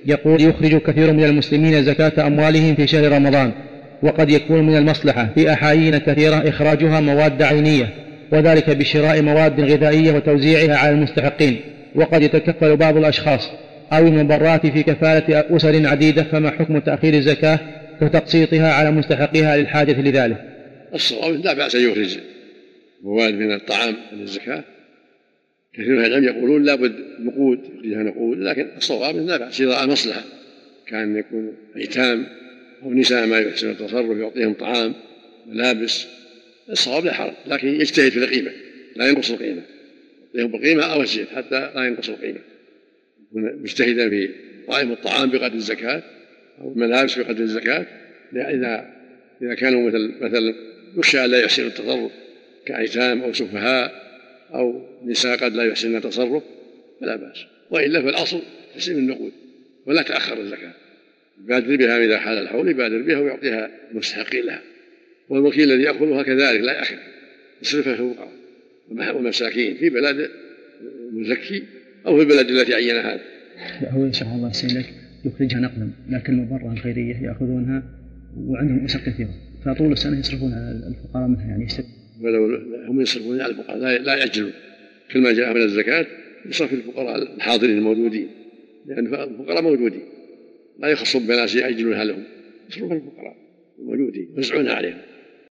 يقول: يخرج كثير من المسلمين زكاة أموالهم في شهر رمضان، وقد يكون من المصلحة في أحايين كثيرة إخراجها مواد عينية، وذلك بشراء مواد غذائية وتوزيعها على المستحقين، وقد يتكفل بعض الأشخاص أو المبرات في كفالة أسر عديدة، فما حكم تأخير الزكاة وتقسيطها على مستحقها للحاجة لذلك؟ الصواب لا بأس أن يخرج مواد من الطعام من الزكاة. كثير من العلم يقولون لابد نقود يخرجها نقود، لكن الصواب لا بأس إذا رأى مصلحة، كان يكون أيتام أو نساء ما يحسن التصرف يعطيهم طعام ملابس، الصواب لا حرج، لكن يجتهد في القيمة لا ينقص القيمة، يعطيهم بالقيمة أو الزيت حتى لا ينقص القيمة، يكون مجتهدا في طعام الطعام بقدر الزكاة أو الملابس بقدر الزكاة. إذا كانوا مثل يخشى لا يحسن التصرف كأيتام أو سفهاء أو نساء قد لا يحسن التصرف فلا بأس، وإلا فالأصل تسليم النقود ولا تأخر الزكاة، يبادر بها إذا حال الحول، يبادر بها ويعطيها المستحقين لها، والوكيل الذي يأخذها كذلك لا يأخر، يصرفها في الفقراء والمساكين في بلد المزكي أو في البلد التي عينها. هو إن شاء الله سيلك يخرجها نقدا، لكن المبرة الخيرية يأخذونها وعندهم أسر كثيرة، فطول السنة يصرفون على الفقراء منها، يعني ولو هم يصرفون على الفقراء لا يأجلون، كل ما جاء من الزكاة يصرف الفقراء الحاضرين الموجودين، لأن الفقراء موجودين لا يخصون بناس يأجلونها لهم، يصرفون الفقراء الموجودين يوزعون عليهم.